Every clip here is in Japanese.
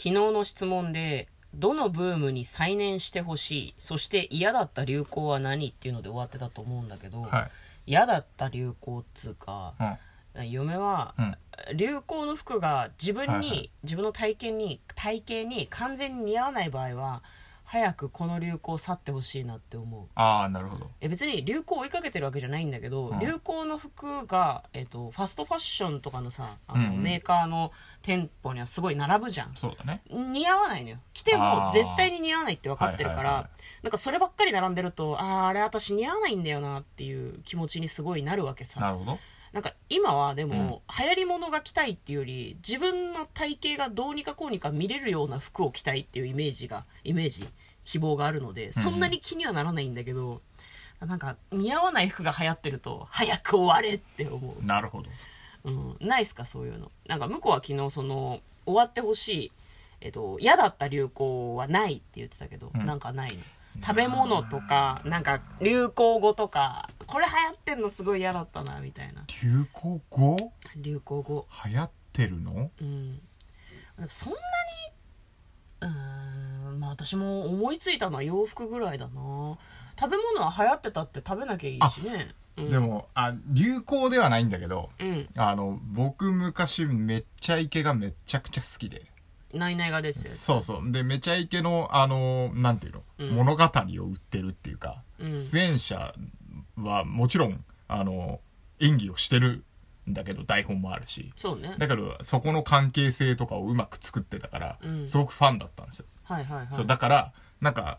昨日の質問で、どのブームに再燃してほしい、そして嫌だった流行は何っていうので終わってたと思うんだけど、 はい、 嫌だった流行っつうか、嫁は、流行の服が自分に、自分の体型に完全に似合わない場合は早くこの流行を去ってほしいなって思う。 ああ、なるほど。 別に流行を追いかけてるわけじゃないんだけど、流行の服が、ファストファッションとかのさ、メーカーの店舗にはすごい並ぶじゃん。 そうだね。 似合わないのよ。着ても絶対に似合わないって分かってるから、なんかそればっかり並んでると、あれ私似合わないんだよなっていう気持ちにすごいなるわけさ。 なるほど。 なんか今はでも、流行り物が着たいっていうより、自分の体型がどうにかこうにか見れるような服を着たいっていうイメージ、希望があるので、そんなに気にはならないんだけど、なんか似合わない服が流行ってると早く終われって思う。 なるほど。 ないっすかそういうの。なんか向こうは昨日終わってほしい、嫌だった流行はないって言ってたけど、なんかないの。食べ物とか、なんか流行語とか、これ流行ってんのすごい嫌だったなみたいな。 流行語流行流行ってるの？ そんなにまあ私も思いついたのは洋服ぐらいだな。食べ物は流行ってたって食べなきゃいいしね。 でも流行ではないんだけど、僕昔めっちゃイケがめちゃくちゃ好きで、 ナイナイが出てたやつ。 そうそう。でめちゃイケのなんていうの、物語を売ってるっていうか、出演者はもちろん演技をしてるんだけど、台本もあるし、 そうね。 だけどそこの関係性とかをうまく作ってたから、すごくファンだったんですよ。そうだからなんか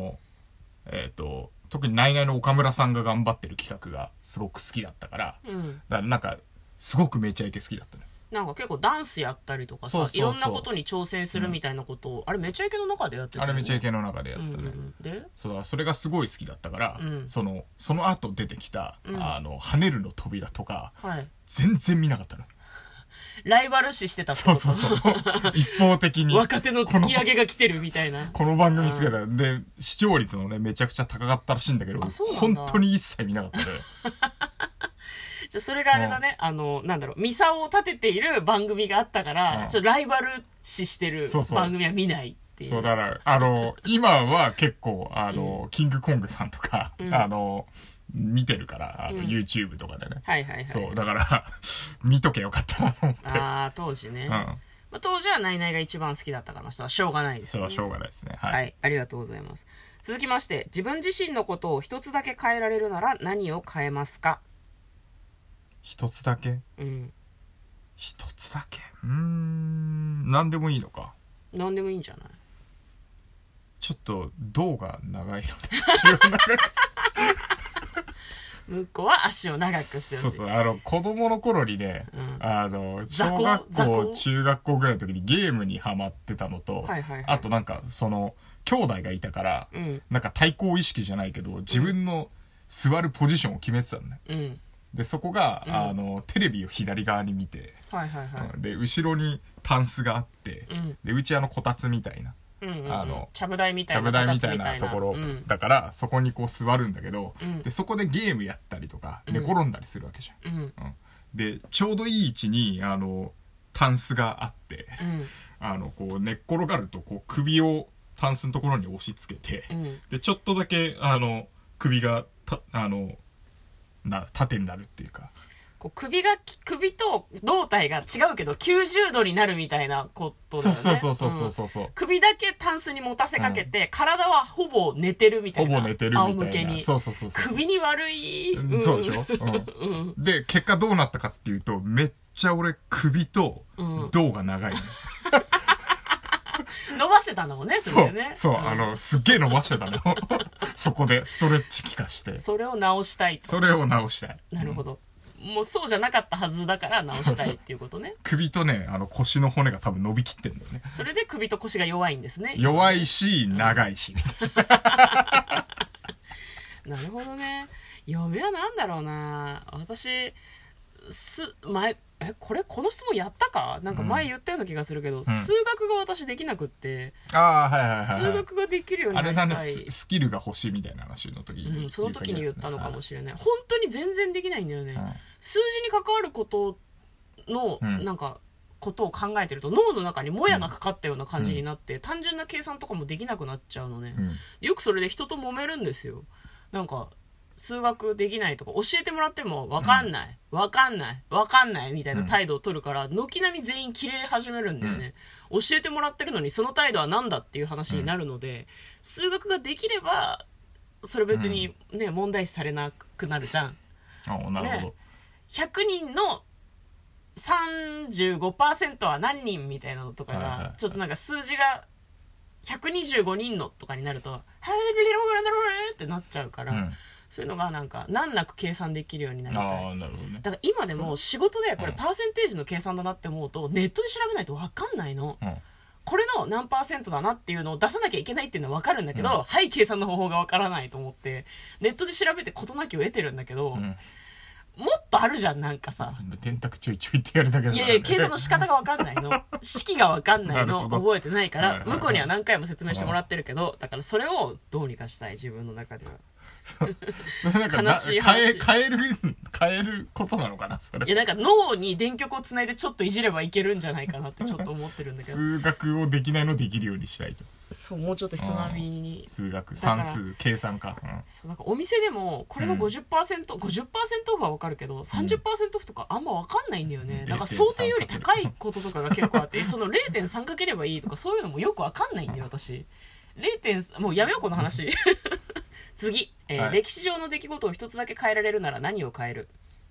特にナイナイの岡村さんが頑張ってる企画がすごく好きだったから、だからなんかすごくめちゃイケ好きだったね。 なんか結構ダンスやったりとかさ、いろんなことに挑戦するみたいなことを、あれめちゃイケの中でやってたよね。 あれめちゃイケの中でやってたね。 でそうだ、それがすごい好きだったから、その後出てきた、跳ねるの扉とか、全然見なかったの。 ライバル視してたってこと？ そう一方的に若手の突き上げが来てるみたいな。 この番組好きだ。で視聴率もねめちゃくちゃ高かったらしいんだけど、本当に一切見なかったね。 じゃそれがあれだね、なんだろう、ミサを立てている番組があったから、ライバル視してる番組は見ないっていう。 そうだから今は結構キングコングさんとか、見てるから、YouTube とかでね。そうだから見とけよかったなと思って。 当時ね。当時はナイナイが一番好きだったからしょうがないですね。 それはしょうがないですね。 はい、ありがとうございます。続きまして、自分自身のことを一つだけ変えられるなら何を変えますか？ 一つだけ？一つだけ？何でもいいのか。 何でもいいんじゃない？ ちょっと胴が長いので向こうは足を長くしてほしい。 そう子供の頃にね、小学校中学校ぐらいの時にゲームにハマってたのと、あとなんか兄弟がいたから、なんか対抗意識じゃないけど自分の座るポジションを決めてたのね。でそこが、テレビを左側に見て、で後ろにタンスがあって、でうちこたつみたいな、 ちゃぶ台みたいなところ、だからそこにこう座るんだけど、でそこでゲームやったりとか寝転んだりするわけじゃん。でちょうどいい位置にタンスがあって、こう寝っ転がるとこう首をタンスのところに押し付けて、でちょっとだけ首が縦になるっていうか、 こう首と胴体が違うけど90度になるみたいなことだよね。 そう首だけタンスに持たせかけて、体はほぼ寝てるみたいな。 ほぼ寝てるみたいな。 仰向けに。 そう首に悪い。 そうでしょ。で結果どうなったかっていうと、めっちゃ俺首と胴が長いね。 伸ばしてたんだもんね、それでね。 すっげえ伸ばしてたの。そこでストレッチ効かして。 それを直したいと。 それを直したい。 なるほど。もうそうじゃなかったはずだから直したいっていうことね。 首とね、腰の骨が多分伸びきってんだよね。 それで首と腰が弱いんですね。 弱いし、長いし、みたいな。なるほどね。嫁はなんだろうな。私、この質問やったかなんか前言ったような気がするけど、数学が私できなくって、数学ができるようになりたい。 あれだね、スキルが欲しいみたいな話の時に、 その時に言ったのかもしれない。本当に全然できないんだよね。数字に関わることの、なんかことを考えてると脳の中にもやがかかったような感じになって、単純な計算とかもできなくなっちゃうのね、よくそれで人と揉めるんですよ。なんか数学できないとか教えてもらっても分かんない、分かんない分かんないみたいな態度を取るから、軒並み全員キレ始めるんだよね、教えてもらってるのにその態度は何だっていう話になるので、数学ができればそれ別にね、問題視されなくなるじゃん。 なるほど、 ね、100人の 35% は何人みたいなのとかが、ちょっとなんか数字が125人のとかになると、ってなっちゃうから、そういうのがなんか難なく計算できるようになりたい。 なるほどね。 だから今でも仕事でこれパーセンテージの計算だなって思うと、ネットで調べないと分かんないの。これの何パーセントだなっていうのを出さなきゃいけないっていうのは分かるんだけど、はい、計算の方法が分からないと思ってネットで調べて事なきを得てるんだけど、もっとあるじゃん、なんかさ。 電卓ちょいちょいってやるだけだから、 ね。いやいや、計算の仕方が分かんないの。式が分かんないの。覚えてないから、向こうには何回も説明してもらってるけど、だからそれをどうにかしたい、自分の中では。 それなんか悲しい話。 変えることなのかな、それ。 いや、なんか脳に電極をつないでちょっといじればいけるんじゃないかなってちょっと思ってるんだけど。 数学をできないのできるようにしたいと。 そう、もうちょっと人並みに。 数学、算数、計算か。 そう、なんかお店でもこれの 50%、50% オフは分かるけど 30% オフとかあんま分かんないんだよね。なんか想定より高いこととかが結構あって、その 0.3 かければいいとかそういうのもよく分かんないんだよ私。0.3、もうやめようこの話。次、歴史上の出来事を一つだけ変えられるなら何を変える？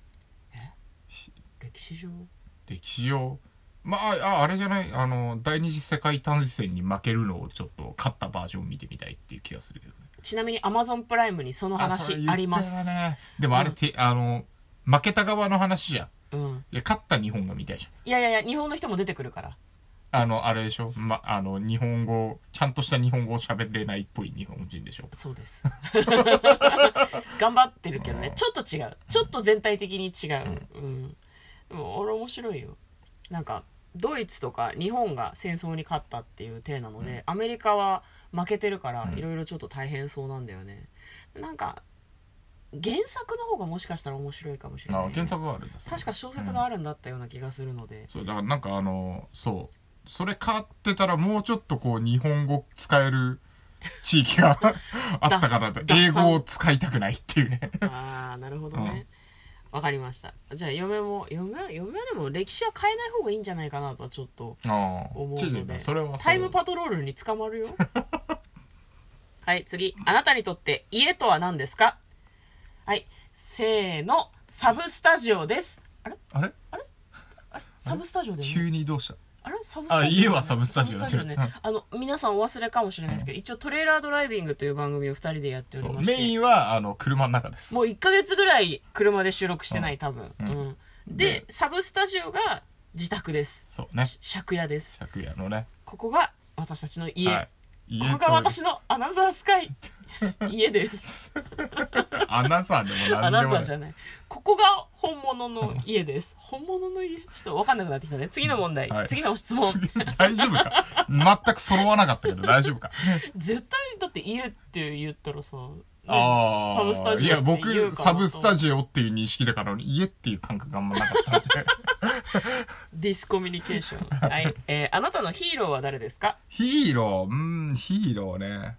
歴史上まあ、あれじゃない、第二次世界大戦に負けるのをちょっと勝ったバージョン見てみたいっていう気がするけどね。 ちなみに Amazon プライムにその話あります。 ね、でもあれって、負けた側の話じゃん。いや、勝った日本が見たいじゃん。いや、日本の人も出てくるから。 あれでしょ、日本語、ちゃんとした日本語を喋れないっぽい日本人でしょ。 そうです。頑張ってるけどね、ちょっと違う。ちょっと全体的に違う。でも、俺面白いよ。なんか、ドイツとか日本が戦争に勝ったっていう体なので、アメリカは負けてるから、いろいろちょっと大変そうなんだよね。なんか、原作の方がもしかしたら面白いかもしれない、ね。 原作があるんです、ね、 確か小説があるんだったような気がするので。 そうだからなんかそうそれ買ってたらもうちょっとこう日本語使える地域があったからと英語を使いたくないっていうね。 なるほどね。わかりました。じゃあ嫁はでも歴史は変えない方がいいんじゃないかなとはちょっと思うので、 それはタイムパトロールに捕まるよ。はい、次。あなたにとって家とは何ですか？はい、せーの、サブスタジオです。あれサブスタジオで、ね、 急にどうした？ サブスタジオ、 家はサブスタジオだけどね。 皆さんお忘れかもしれないですけど、一応トレーラードライビングという番組を2人でやっておりまして、 メインは車の中です。 もう1ヶ月ぐらい車で収録してない、多分。で、サブスタジオが自宅です。 そうね。 借家です。 借家のね。 ここが私たちの家。ここが私のアナザースカイ。家です。 アナザーでも何でもない。 アナザーじゃない。ここが本物の家です。本物の家ちょっと分かんなくなってきたね。次の問題。次の質問。 大丈夫か？全く揃わなかったけど大丈夫か？ 絶対だって家って言ったらさ、 サブスタジオ。 いや、僕、サブスタジオっていう認識だから、家っていう感覚があんまなかったので。 ディスコミュニケーション。はい。あなたのヒーローは誰ですか？ ヒーローね。ヒーロー難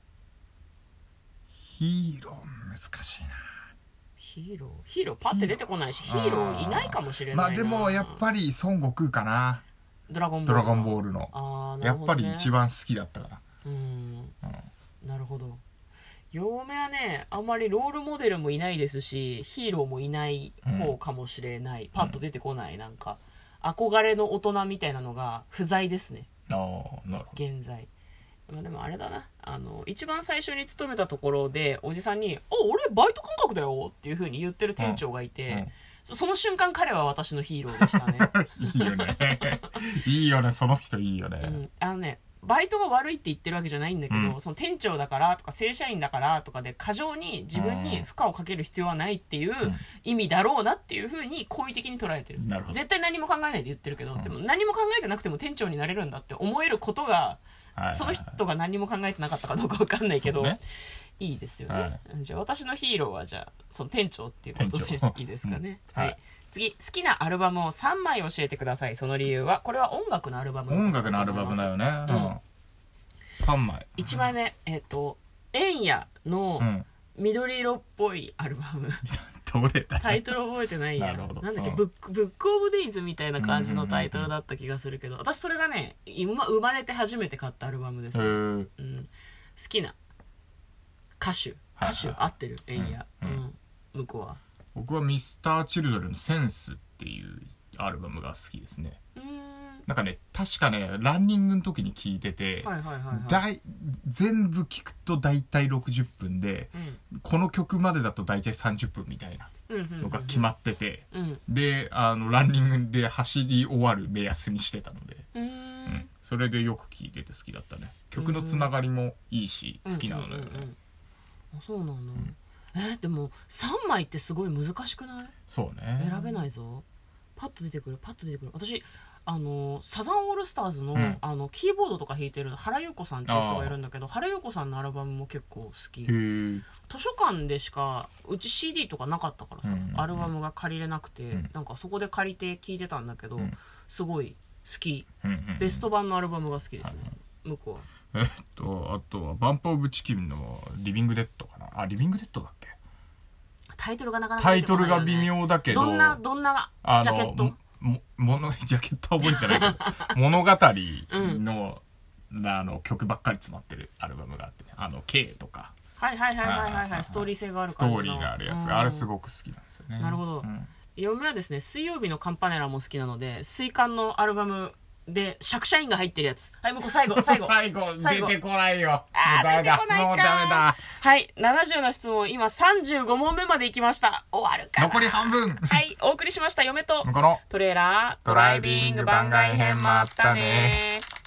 しいな。 ヒーローパッて出てこないし、ヒーローいないかもしれないな。 まあでも、やっぱり孫悟空かな。 ドラゴンボールの。やっぱり一番好きだったから。 なるほど。嫁はね、あんまりロールモデルもいないですし、ヒーローもいない方かもしれない。パッと出てこない。なんか、憧れの大人みたいなのが不在ですね。 なるほど。 現在。でもあれだな。一番最初に勤めたところで、おじさんに、俺バイト感覚だよっていう風に言ってる店長がいて、その瞬間彼は私のヒーローでしたね。 いいよね。いいよね、その人いいよね。 バイトが悪いって言ってるわけじゃないんだけど、その店長だからとか正社員だからとかで過剰に自分に負荷をかける必要はないっていう意味だろうなっていう風に好意的に捉えてる。絶対何も考えないで言ってるけど、でも何も考えてなくても店長になれるんだって思えることが、その人が何も考えてなかったかどうか分かんないけど、いいですよね。じゃあ私のヒーローはじゃあその店長っていうことでいいですかね。はい。 次、好きなアルバムを3枚教えてください。その理由は。これは音楽のアルバム。 音楽のアルバムだよね。3枚。 1枚目、エンヤの緑色っぽいアルバム。 どれだ？ タイトル覚えてないや。なんだっけ、ブックオブデイズみたいな感じのタイトルだった気がするけど、私それがね、生まれて初めて買ったアルバムです、ね。好きな歌手合ってる、エンヤ。向こうは。僕はミスターチルドレンのセンスっていうアルバムが好きですね。なんかね、確かね、ランニングの時に聴いてて、全部聴くと大体60分で、この曲までだと大体30分みたいなのが決まってて、で、ランニングで走り終わる目安にしてたので、それでよく聴いてて好きだったね。曲のつながりもいいし、好きなのよね。 そうなんだ。でも3枚ってすごい難しくない？ そうね。 選べないぞ。パッと出てくる。私サザンオールスターズの、キーボードとか弾いてる原由子さんっていう人がいるんだけど、原由子さんのアルバムも結構好き。図書館でしかうち CD とかなかったからさ、アルバムが借りれなくて、なんかそこで借りて聴いてたんだけど、すごい好き。ベスト版のアルバムが好きですね。向こうは。 あとはバンプオブチキンのリビングデッドかな。リビングデッドだっけ？ タイトルがなかなかタイトルが微妙だけど、 どんなジャケット？ ジャケットは覚えてないけど物語の、曲ばっかり詰まってるアルバムがあってね、K とかストーリー性がある感じのストーリーがあるやつが、あれすごく好きなんですよね。 なるほど。嫁はですね、水曜日のカンパネラも好きなので、水管のアルバムでシャクシャインが入ってるやつ。はい、向こう最後出てこないよ。 出てこないか。もうダメだ。はい、70の質問、今35問目まで行きました。終わるかな。 残り半分。 はい、お送りしました嫁とこのトレーラードライビング番外編もあったね。